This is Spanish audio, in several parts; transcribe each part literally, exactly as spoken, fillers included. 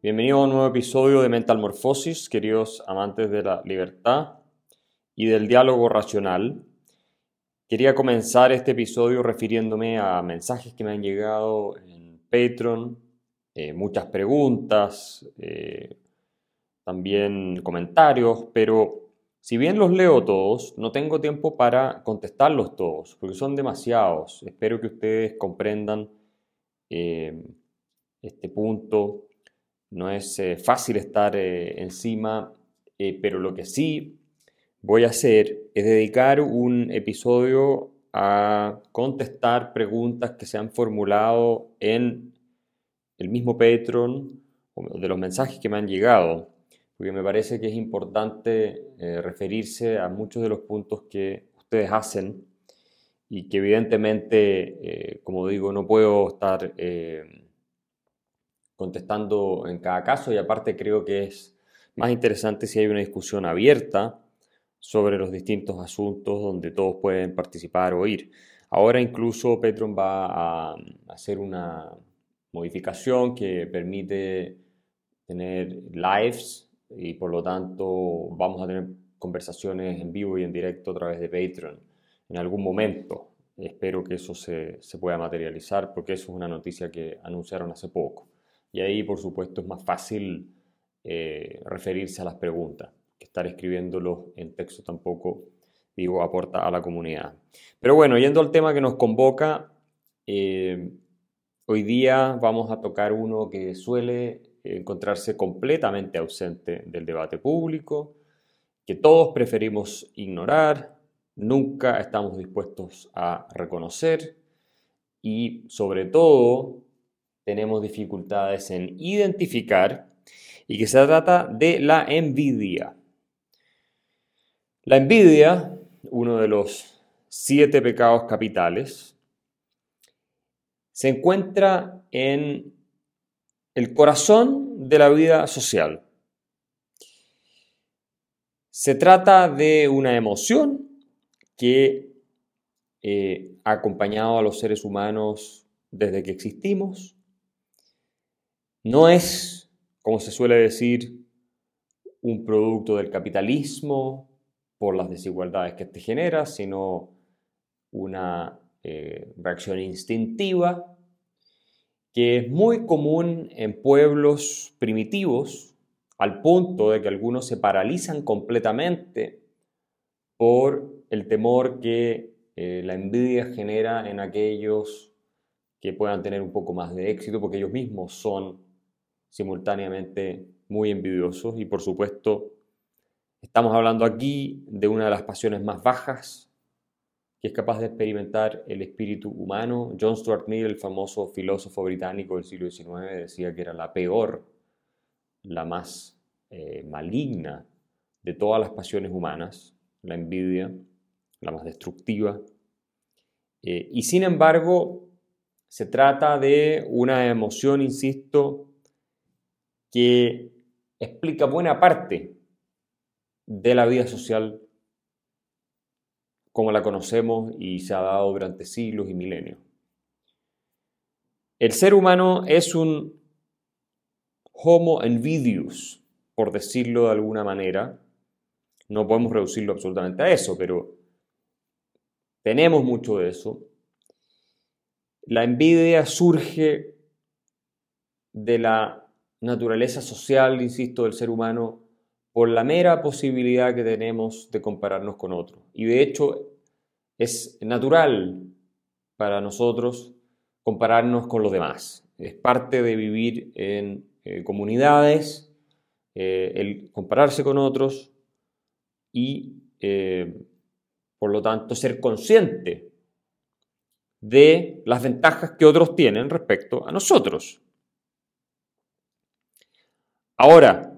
Bienvenido a un nuevo episodio de Mental Morphosis, queridos amantes de la libertad y del diálogo racional. Quería comenzar este episodio refiriéndome a mensajes que me han llegado en Patreon, eh, muchas preguntas, eh, también comentarios, pero si bien los leo todos, no tengo tiempo para contestarlos todos, porque son demasiados. Espero que ustedes comprendan eh, este punto. No es eh, fácil estar eh, encima, eh, pero lo que sí voy a hacer es dedicar un episodio a contestar preguntas que se han formulado en el mismo Patreon o de los mensajes que me han llegado, porque me parece que es importante eh, referirse a muchos de los puntos que ustedes hacen y que evidentemente, eh, como digo, no puedo estar eh, contestando en cada caso, y aparte creo que es más interesante si hay una discusión abierta sobre los distintos asuntos donde todos pueden participar o ir. Ahora incluso Patreon va a hacer una modificación que permite tener lives y por lo tanto vamos a tener conversaciones en vivo y en directo a través de Patreon en algún momento. Espero que eso se, se pueda materializar porque eso es una noticia que anunciaron hace poco. Y ahí, por supuesto, es más fácil eh, referirse a las preguntas, que estar escribiéndolo en texto tampoco, digo, aporta a la comunidad. Pero bueno, yendo al tema que nos convoca, eh, hoy día vamos a tocar uno que suele encontrarse completamente ausente del debate público, que todos preferimos ignorar, nunca estamos dispuestos a reconocer y, sobre todo, tenemos dificultades en identificar, y que se trata de la envidia. La envidia, uno de los siete pecados capitales, se encuentra en el corazón de la vida social. Se trata de una emoción que eh, ha acompañado a los seres humanos desde que existimos. No es, como se suele decir, un producto del capitalismo por las desigualdades que este genera, sino una eh, reacción instintiva que es muy común en pueblos primitivos, al punto de que algunos se paralizan completamente por el temor que eh, la envidia genera en aquellos que puedan tener un poco más de éxito, porque ellos mismos son simultáneamente muy envidiosos y, por supuesto, estamos hablando aquí de una de las pasiones más bajas que es capaz de experimentar el espíritu humano. John Stuart Mill, el famoso filósofo británico del siglo diecinueve, decía que era la peor, la más eh, maligna de todas las pasiones humanas, la envidia, la más destructiva. Eh, y sin embargo, se trata de una emoción, insisto, que explica buena parte de la vida social como la conocemos y se ha dado durante siglos y milenios. El ser humano es un homo envidius, por decirlo de alguna manera. No podemos reducirlo absolutamente a eso, pero tenemos mucho de eso. La envidia surge de la naturaleza social, insisto, del ser humano por la mera posibilidad que tenemos de compararnos con otros. Y de hecho es natural para nosotros compararnos con los demás. Es parte de vivir en eh, comunidades, eh, el compararse con otros y, eh, por lo tanto, ser consciente de las ventajas que otros tienen respecto a nosotros. Ahora,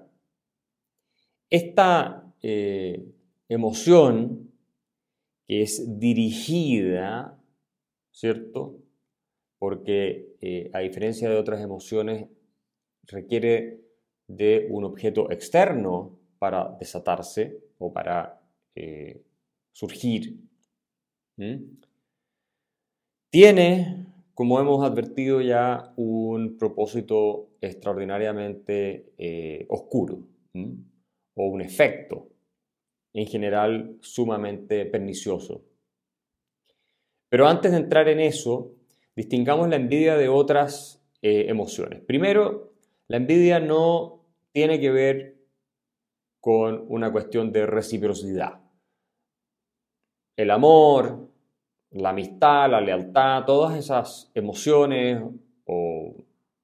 esta eh, emoción que es dirigida, ¿cierto? Porque eh, a diferencia de otras emociones, requiere de un objeto externo para desatarse o para eh, surgir. ¿Mm? Tiene como hemos advertido ya, un propósito extraordinariamente eh, oscuro, ¿m? O un efecto en general sumamente pernicioso. Pero antes de entrar en eso, distingamos la envidia de otras eh, emociones. Primero, la envidia no tiene que ver con una cuestión de reciprocidad. El amor, la amistad, la lealtad, todas esas emociones o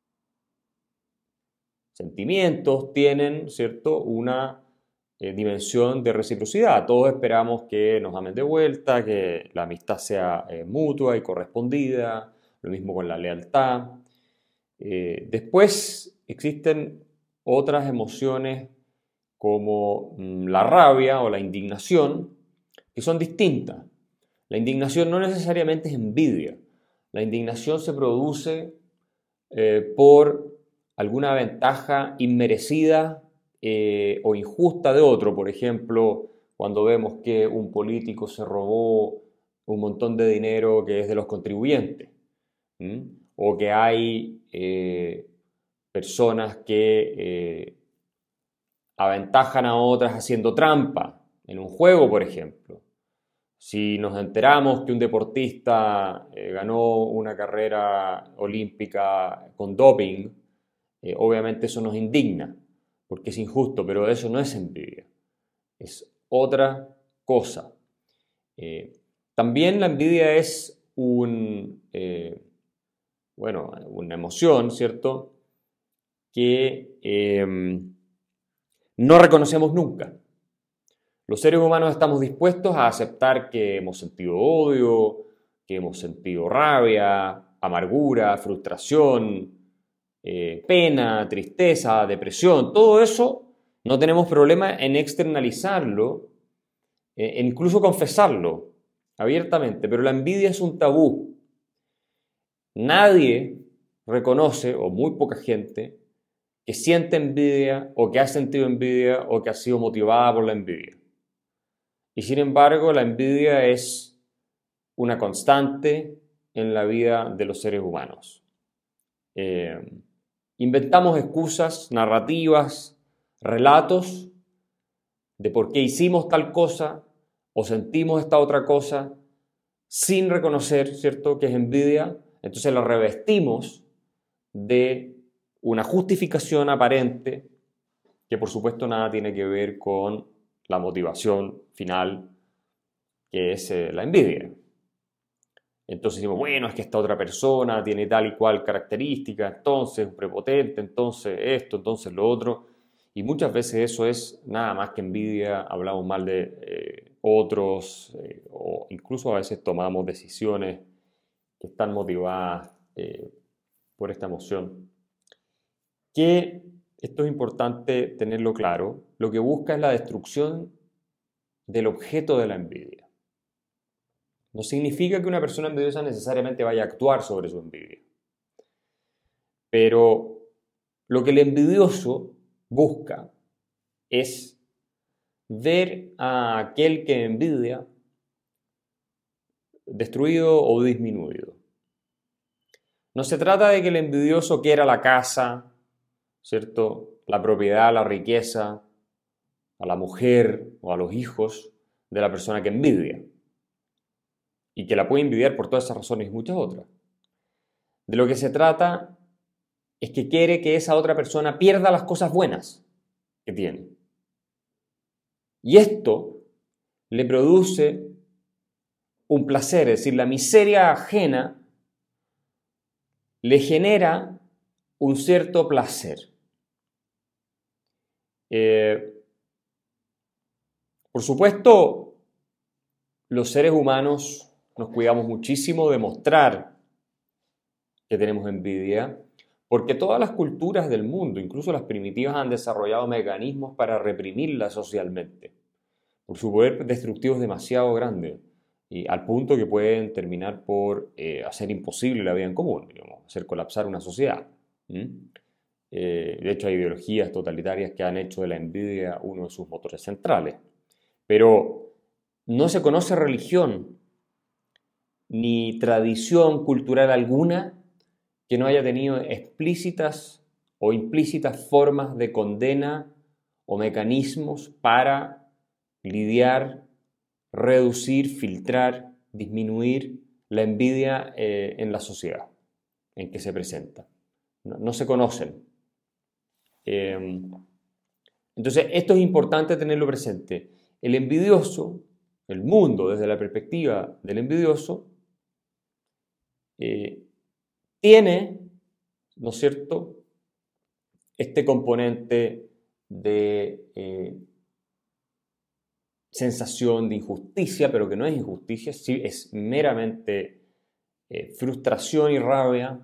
sentimientos tienen, ¿cierto?, una eh, dimensión de reciprocidad. Todos esperamos que nos amen de vuelta, que la amistad sea eh, mutua y correspondida, lo mismo con la lealtad. Eh, después existen otras emociones como mm, la rabia o la indignación, que son distintas. La indignación no necesariamente es envidia. La indignación se produce eh, por alguna ventaja inmerecida eh, o injusta de otro. Por ejemplo, cuando vemos que un político se robó un montón de dinero que es de los contribuyentes, ¿m? O que hay eh, personas que eh, aventajan a otras haciendo trampa en un juego, por ejemplo. Si nos enteramos que un deportista eh, ganó una carrera olímpica con doping, eh, obviamente eso nos indigna, porque es injusto, pero eso no es envidia, es otra cosa. Eh, también la envidia es un, eh, bueno, una emoción, ¿cierto?, que eh, no reconocemos nunca. Los seres humanos estamos dispuestos a aceptar que hemos sentido odio, que hemos sentido rabia, amargura, frustración, eh, pena, tristeza, depresión. Todo eso no tenemos problema en externalizarlo, eh, en incluso confesarlo abiertamente, pero la envidia es un tabú. Nadie reconoce, o muy poca gente, que siente envidia o que ha sentido envidia o que ha sido motivada por la envidia. Y sin embargo, la envidia es una constante en la vida de los seres humanos. Eh, inventamos excusas, narrativas, relatos de por qué hicimos tal cosa o sentimos esta otra cosa sin reconocer, ¿cierto?, que es envidia. Entonces la revestimos de una justificación aparente que por supuesto nada tiene que ver con la motivación final, que es eh, la envidia. Entonces decimos, bueno, es que esta otra persona tiene tal y cual característica, entonces prepotente, entonces esto, entonces lo otro. Y muchas veces eso es nada más que envidia, hablamos mal de eh, otros, eh, o incluso a veces tomamos decisiones que están motivadas eh, por esta emoción. Que esto es importante tenerlo claro, lo que busca es la destrucción del objeto de la envidia. No significa que una persona envidiosa necesariamente vaya a actuar sobre su envidia. Pero lo que el envidioso busca es ver a aquel que envidia destruido o disminuido. No se trata de que el envidioso quiera la casa, ¿cierto?, la propiedad, la riqueza, a la mujer o a los hijos de la persona que envidia. Y que la puede envidiar por todas esas razones y muchas otras. De lo que se trata es que quiere que esa otra persona pierda las cosas buenas que tiene. Y esto le produce un placer, es decir, la miseria ajena le genera un cierto placer. Eh, por supuesto, los seres humanos nos cuidamos muchísimo de mostrar que tenemos envidia, porque todas las culturas del mundo, incluso las primitivas, han desarrollado mecanismos para reprimirla socialmente, por su poder destructivo es demasiado grande, y al punto que pueden terminar por eh, hacer imposible la vida en común, digamos, hacer colapsar una sociedad. ¿Mm? Eh, de hecho, hay ideologías totalitarias que han hecho de la envidia uno de sus motores centrales. Pero no se conoce religión ni tradición cultural alguna que no haya tenido explícitas o implícitas formas de condena o mecanismos para lidiar, reducir, filtrar, disminuir la envidia eh, en la sociedad en que se presenta. No, no se conocen. Eh, entonces, esto es importante tenerlo presente. El envidioso, el mundo desde la perspectiva del envidioso, eh, tiene, ¿no es cierto?, este componente de eh, sensación de injusticia, pero que no es injusticia, sí, es meramente eh, frustración y rabia.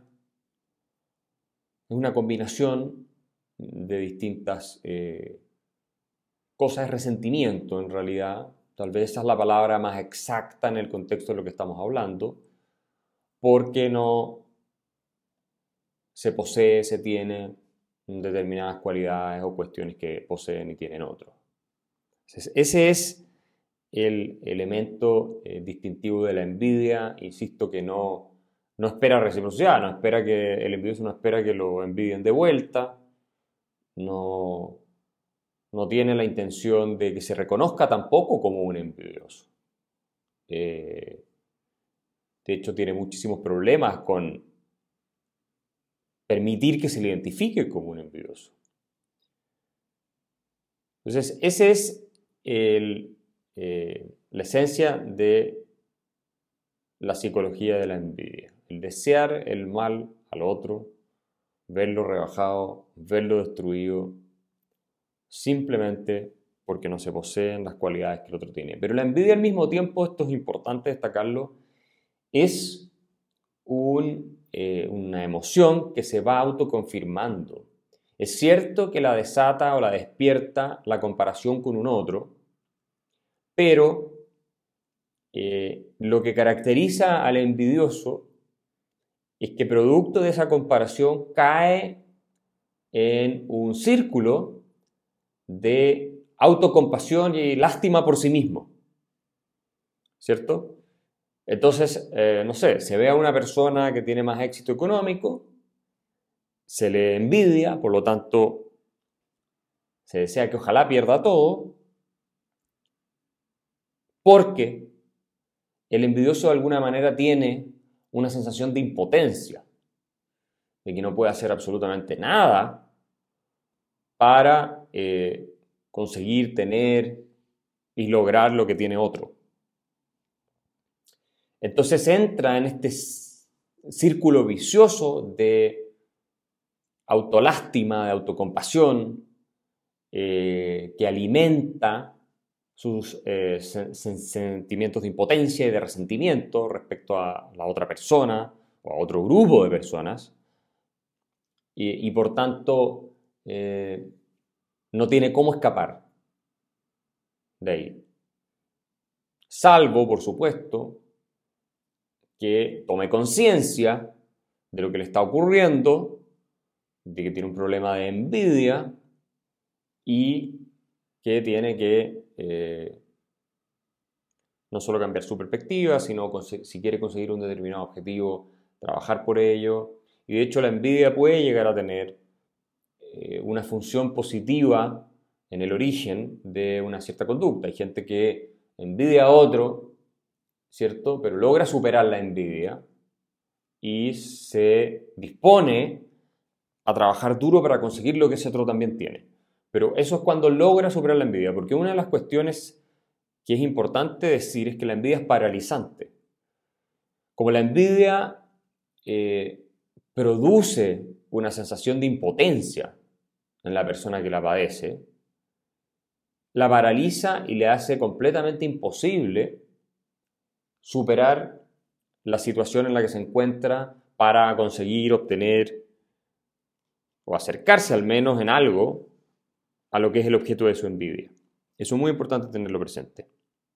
Es una combinación de distintas eh, cosas, de resentimiento en realidad. Tal vez esa es la palabra más exacta en el contexto de lo que estamos hablando, porque no se posee, se tiene determinadas cualidades o cuestiones que poseen y tienen otros. Ese es el elemento eh, distintivo de la envidia. Insisto que no, no espera reciprocidad, no espera que el envidioso no espera que lo envidien de vuelta, no, no tiene la intención de que se reconozca tampoco como un envidioso. Eh, de hecho, tiene muchísimos problemas con permitir que se le identifique como un envidioso. Entonces, ese es el, eh, la esencia de la psicología de la envidia. El desear el mal al otro, verlo rebajado, verlo destruido, simplemente porque no se poseen las cualidades que el otro tiene. Pero la envidia al mismo tiempo, esto es importante destacarlo, es un, eh, una emoción que se va autoconfirmando. Es cierto que la desata o la despierta la comparación con un otro, pero eh, lo que caracteriza al envidioso es que producto de esa comparación cae en un círculo de autocompasión y lástima por sí mismo, ¿cierto? Entonces, eh, no sé, se ve a una persona que tiene más éxito económico, se le envidia, por lo tanto, se desea que ojalá pierda todo, porque el envidioso de alguna manera tiene una sensación de impotencia, de que no puede hacer absolutamente nada para eh, conseguir tener y lograr lo que tiene otro. Entonces entra en este círculo vicioso de autolástima, de autocompasión, eh, que alimenta sus eh, sen sentimientos de impotencia y de resentimiento respecto a la otra persona o a otro grupo de personas, y, y por tanto eh, no tiene cómo escapar de ahí. Salvo, por supuesto, que tome conciencia de lo que le está ocurriendo, de que tiene un problema de envidia y que tiene que eh, no solo cambiar su perspectiva, sino si quiere conseguir un determinado objetivo, trabajar por ello. Y de hecho la envidia puede llegar a tener eh, una función positiva en el origen de una cierta conducta. Hay gente que envidia a otro, ¿cierto? Pero logra superar la envidia y se dispone a trabajar duro para conseguir lo que ese otro también tiene. Pero eso es cuando logra superar la envidia, porque una de las cuestiones que es importante decir es que la envidia es paralizante. Como la envidia eh, produce una sensación de impotencia en la persona que la padece, la paraliza y le hace completamente imposible superar la situación en la que se encuentra para conseguir obtener o acercarse al menos en algo a lo que es el objeto de su envidia. Eso es muy importante tenerlo presente.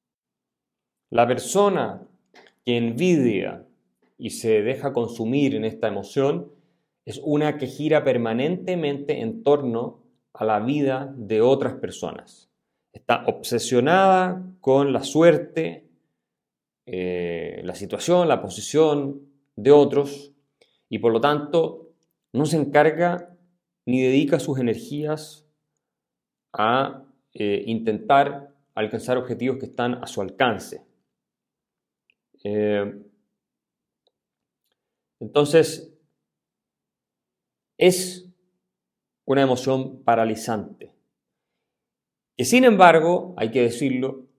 La persona que envidia y se deja consumir en esta emoción es una que gira permanentemente en torno a la vida de otras personas. Está obsesionada con la suerte eh, la situación, la posición de otros y por lo tanto no se encarga ni dedica sus energías a eh, intentar alcanzar objetivos que están a su alcance. Eh, entonces, es una emoción paralizante, que sin embargo, hay que decirlo,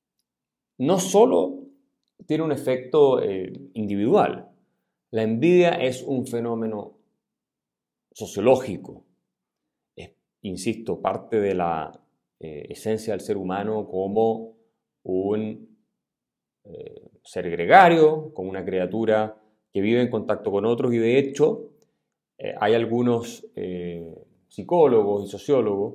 no solo tiene un efecto eh, individual. La envidia es un fenómeno sociológico, es, insisto, parte de la eh, esencia del ser humano como un eh, ser gregario, como una criatura que vive en contacto con otros y de hecho eh, hay algunos eh, psicólogos y sociólogos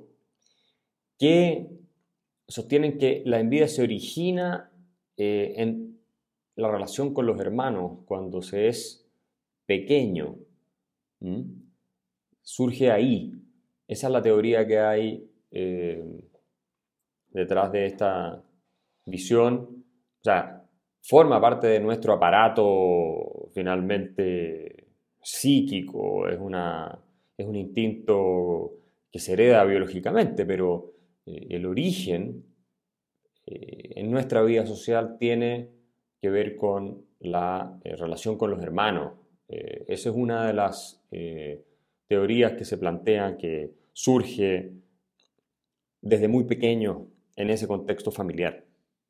que sostienen que la envidia se origina eh, en la relación con los hermanos cuando se es pequeño. ¿Mm? Surge ahí. Esa es la teoría que hay eh, detrás de esta visión. O sea, forma parte de nuestro aparato finalmente psíquico, es, una, es un instinto que se hereda biológicamente, pero eh, el origen eh, en nuestra vida social tiene que ver con la eh, relación con los hermanos. Eh, esa es una de las eh, teorías que se plantean que surge desde muy pequeño en ese contexto familiar.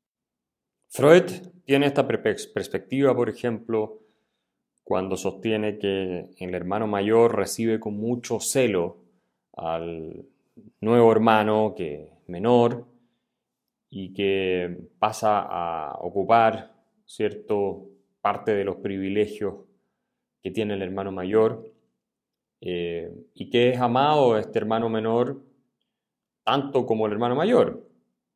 Freud tiene esta perspectiva, por ejemplo, cuando sostiene que el hermano mayor recibe con mucho celo al nuevo hermano que es menor y que pasa a ocupar cierto parte de los privilegios que tiene el hermano mayor eh, y que es amado este hermano menor tanto como el hermano mayor.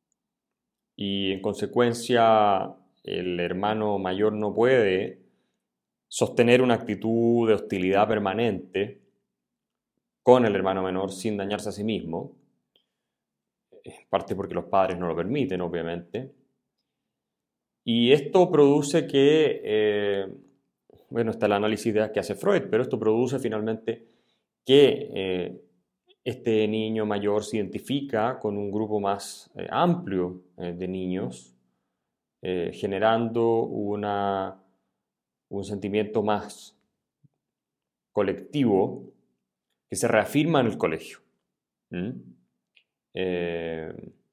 Y en consecuencia el hermano mayor no puede sostener una actitud de hostilidad permanente con el hermano menor sin dañarse a sí mismo, en parte porque los padres no lo permiten, obviamente. Y esto produce que, eh, bueno, está el análisis que hace Freud, pero esto produce finalmente que eh, este niño mayor se identifica con un grupo más eh, amplio eh, de niños, eh, generando una, un sentimiento más colectivo que se reafirma en el colegio. ¿Mm? Eh,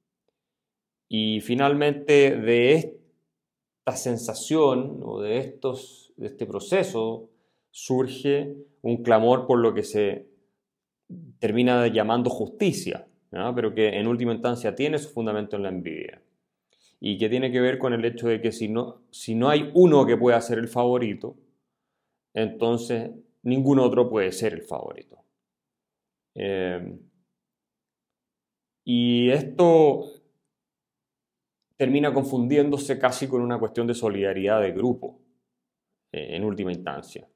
y finalmente de esta sensación o de, estos, de este proceso surge un clamor por lo que se termina llamando justicia, ¿no? Pero que en última instancia tiene su fundamento en la envidia y que tiene que ver con el hecho de que si no, si no hay uno que pueda ser el favorito, entonces ningún otro puede ser el favorito. Eh, y esto termina confundiéndose casi con una cuestión de solidaridad de grupo, eh, en última instancia.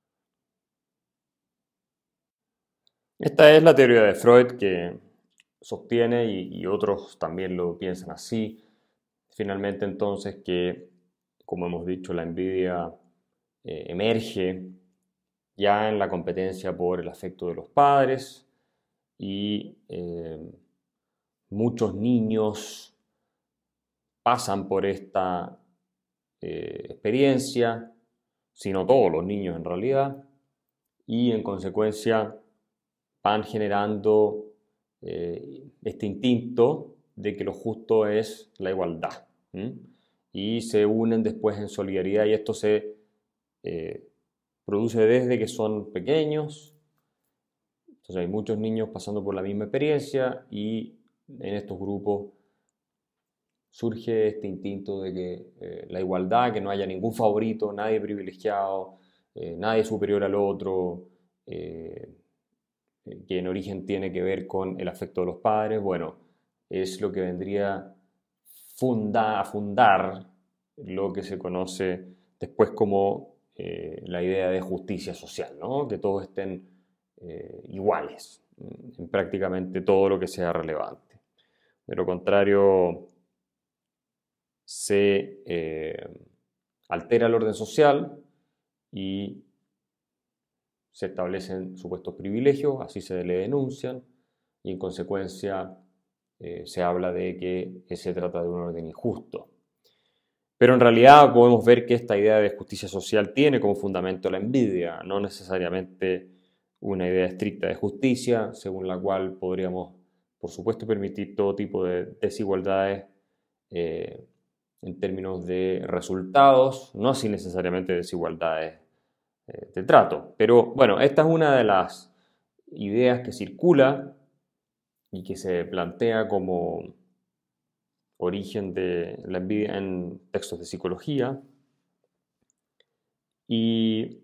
Esta es la teoría de Freud que sostiene, y, y otros también lo piensan así, finalmente entonces que, como hemos dicho, la envidia eh, emerge ya en la competencia por el afecto de los padres y eh, muchos niños pasan por esta eh, experiencia, sino todos los niños en realidad, y en consecuencia van generando eh, este instinto de que lo justo es la igualdad. ¿m? Y se unen después en solidaridad y esto se eh, produce desde que son pequeños. Entonces hay muchos niños pasando por la misma experiencia y en estos grupos surge este instinto de que eh, la igualdad, que no haya ningún favorito, nadie privilegiado, eh, nadie superior al otro, eh, que en origen tiene que ver con el afecto de los padres, bueno, es lo que vendría funda, a fundar lo que se conoce después como eh, la idea de justicia social, ¿no? Que todos estén eh, iguales en prácticamente todo lo que sea relevante. De lo contrario, se, eh, altera el orden social y se establecen supuestos privilegios, así se le denuncian y en consecuencia eh, se habla de que se trata de un orden injusto. Pero en realidad podemos ver que esta idea de justicia social tiene como fundamento la envidia, no necesariamente una idea estricta de justicia, según la cual podríamos, por supuesto, permitir todo tipo de desigualdades eh, en términos de resultados, no así necesariamente desigualdades eh, de trato. Pero bueno, esta es una de las ideas que circula y que se plantea como origen de la envidia en textos de psicología. Y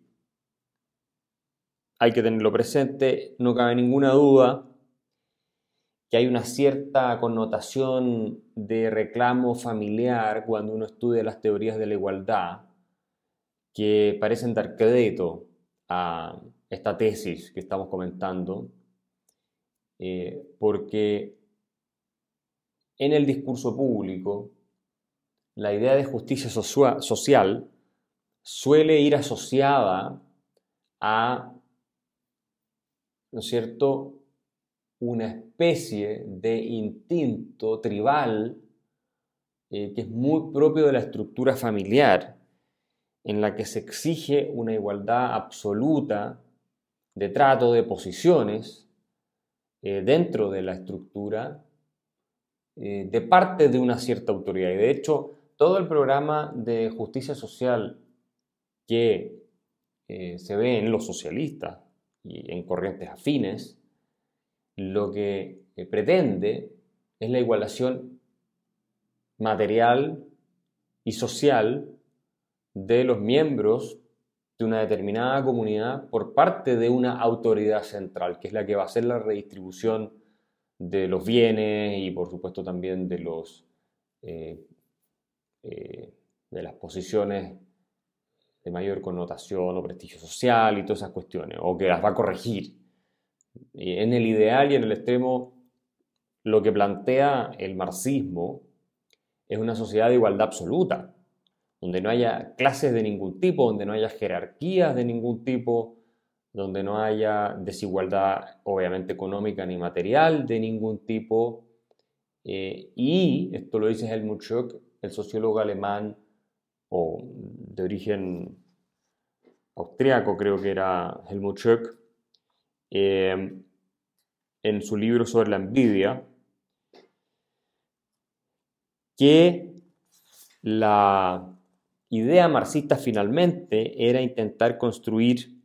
hay que tenerlo presente, no cabe ninguna duda que hay una cierta connotación de reclamo familiar cuando uno estudia las teorías de la igualdad que parecen dar crédito a esta tesis que estamos comentando, eh, porque en el discurso público la idea de justicia social suele ir asociada a, ¿no es cierto?, una especie de instinto tribal eh, que es muy propio de la estructura familiar, en la que se exige una igualdad absoluta de trato, de posiciones eh, dentro de la estructura eh, de parte de una cierta autoridad. Y de hecho, todo el programa de justicia social que eh, se ve en los socialistas y en corrientes afines, lo que eh, pretende es la igualación material y social de los miembros de una determinada comunidad por parte de una autoridad central, que es la que va a hacer la redistribución de los bienes y por supuesto también de, los, eh, eh, de las posiciones de mayor connotación o prestigio social y todas esas cuestiones, o que las va a corregir. Y en el ideal y en el extremo, lo que plantea el marxismo es una sociedad de igualdad absoluta, donde no haya clases de ningún tipo, donde no haya jerarquías de ningún tipo, donde no haya desigualdad obviamente económica ni material de ningún tipo. Eh, y esto lo dice Helmut Schück, el sociólogo alemán o de origen austriaco, creo que era Helmut Schück, eh, en su libro sobre la envidia, que la idea marxista finalmente era intentar construir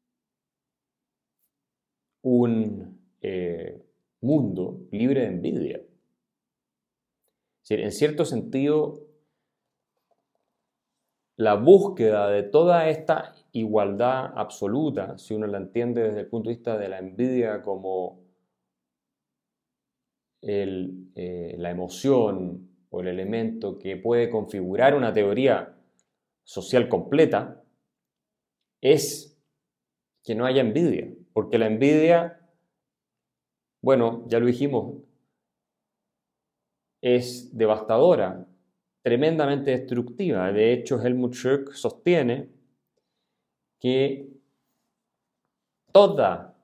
un eh, mundo libre de envidia. Es decir, en cierto sentido, la búsqueda de toda esta igualdad absoluta, si uno la entiende desde el punto de vista de la envidia como el, eh, la emoción o el elemento que puede configurar una teoría social completa, es que no haya envidia, porque la envidia, bueno, ya lo dijimos, es devastadora, tremendamente destructiva. De hecho, Helmut Schück sostiene que toda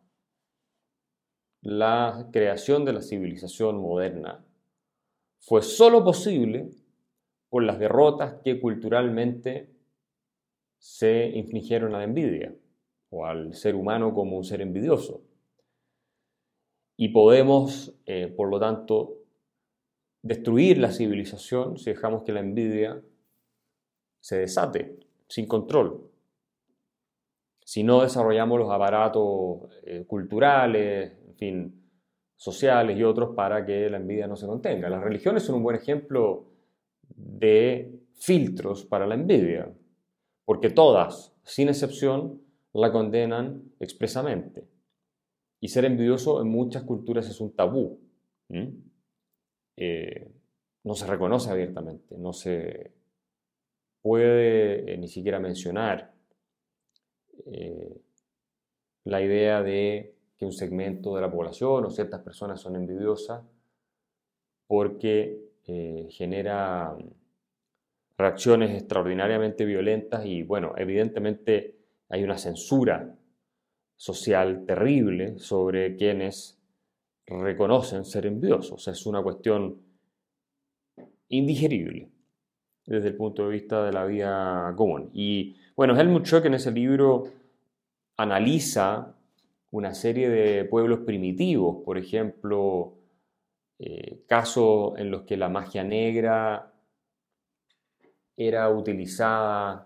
la creación de la civilización moderna fue sólo posible por las derrotas que culturalmente se infligieron a la envidia o al ser humano como un ser envidioso. Y podemos, eh, por lo tanto, destruir la civilización si dejamos que la envidia se desate sin control. Si no desarrollamos los aparatos eh, culturales, en fin, sociales y otros para que la envidia no se contenga. Las religiones son un buen ejemplo de filtros para la envidia, porque todas, sin excepción, la condenan expresamente. Y ser envidioso en muchas culturas es un tabú. ¿Mm? Eh, no se reconoce abiertamente, no se puede eh, ni siquiera mencionar eh, la idea de que un segmento de la población o ciertas personas son envidiosas porque eh, genera reacciones extraordinariamente violentas y, bueno, evidentemente hay una censura social terrible sobre quienes reconocen ser envidiosos. Es una cuestión indigerible desde el punto de vista de la vida común. Y, bueno, Helmut Schoeck en ese libro analiza una serie de pueblos primitivos, por ejemplo, eh, casos en los que la magia negra era utilizada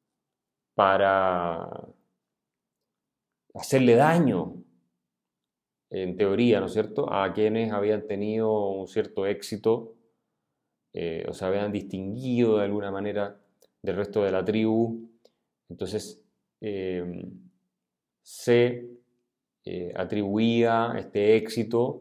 para hacerle daño, en teoría, ¿no es cierto?, a quienes habían tenido un cierto éxito, eh, o se habían distinguido de alguna manera del resto de la tribu. Entonces, eh, se eh, atribuía este éxito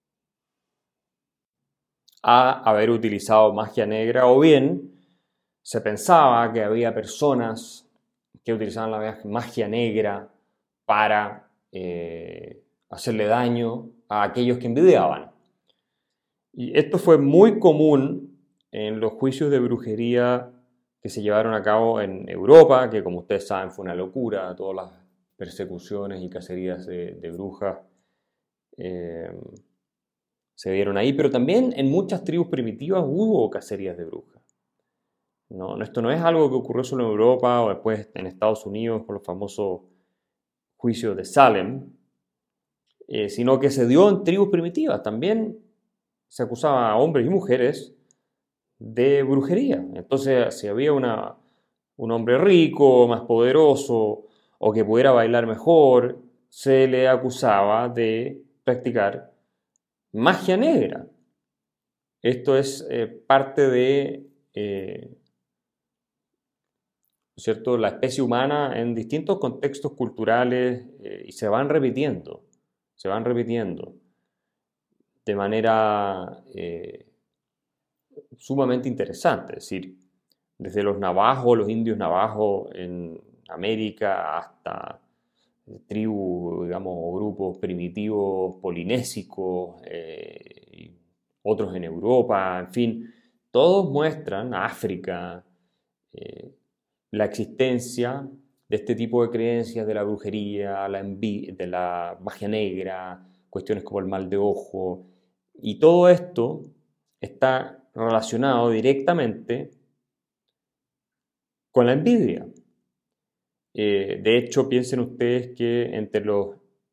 a haber utilizado magia negra, o bien se pensaba que había personas que utilizaban la magia negra para eh, hacerle daño a aquellos que envidiaban. Y esto fue muy común en los juicios de brujería que se llevaron a cabo en Europa, que como ustedes saben fue una locura, todas las persecuciones y cacerías de, de brujas eh, se dieron ahí, pero también en muchas tribus primitivas hubo cacerías de brujas. No, esto no es algo que ocurrió solo en Europa o después en Estados Unidos con los famosos juicios de Salem, eh, sino que se dio en tribus primitivas. También se acusaba a hombres y mujeres de brujería. Entonces, si había una, un hombre rico, más poderoso o que pudiera bailar mejor, se le acusaba de practicar magia negra. Esto es eh, parte de eh, ¿cierto?, la especie humana en distintos contextos culturales eh, y se van repitiendo, se van repitiendo de manera eh, sumamente interesante. Es decir, desde los navajos, los indios navajos en América, hasta tribus, digamos, o grupos primitivos polinésicos, eh, y otros en Europa, en fin, todos muestran, África, eh, la existencia de este tipo de creencias de la brujería, la envi- de la magia negra, cuestiones como el mal de ojo, y todo esto está relacionado directamente con la envidia. Eh, de hecho, piensen ustedes que entre los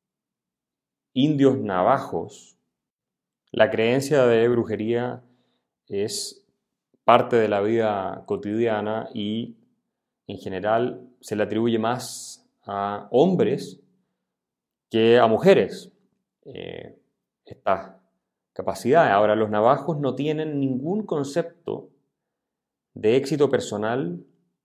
indios navajos, la creencia de brujería es parte de la vida cotidiana y en general se le atribuye más a hombres que a mujeres eh, estas capacidades. Ahora, los navajos no tienen ningún concepto de éxito personal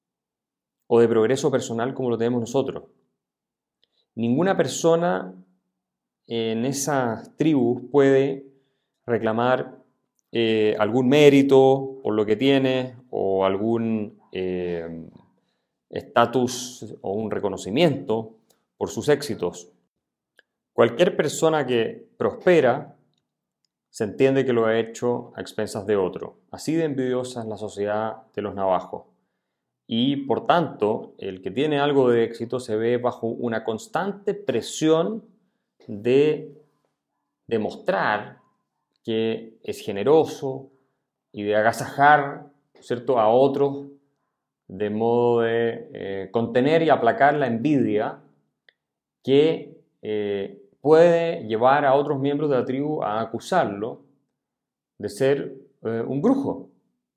o de progreso personal como lo tenemos nosotros. Ninguna persona en esas tribus puede reclamar eh, algún mérito por lo que tiene o algún eh, estatus o un reconocimiento por sus éxitos. Cualquier persona que prospera se entiende que lo ha hecho a expensas de otro. Así de envidiosa es la sociedad de los navajos. Y por tanto, el que tiene algo de éxito se ve bajo una constante presión de demostrar que es generoso y de agasajar, ¿cierto?, a otros de modo de eh, contener y aplacar la envidia que eh, puede llevar a otros miembros de la tribu a acusarlo de ser eh, un brujo.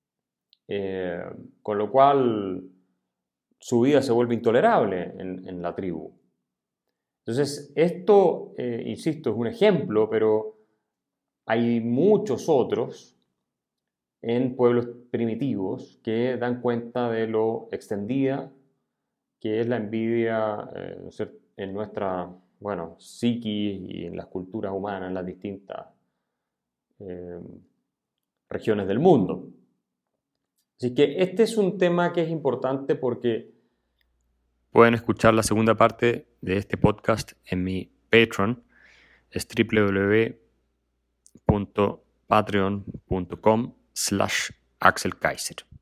Eh, con lo cual su vida se vuelve intolerable en, en la tribu. Entonces, esto, eh, insisto, es un ejemplo, pero hay muchos otros en pueblos primitivos que dan cuenta de lo extendida que es la envidia eh, en nuestra, bueno, psiquis y en las culturas humanas, en las distintas eh, regiones del mundo. Así que este es un tema que es importante porque pueden escuchar la segunda parte de este podcast en mi Patreon. Es w w w punto patreon punto com slash Axel Kaiser.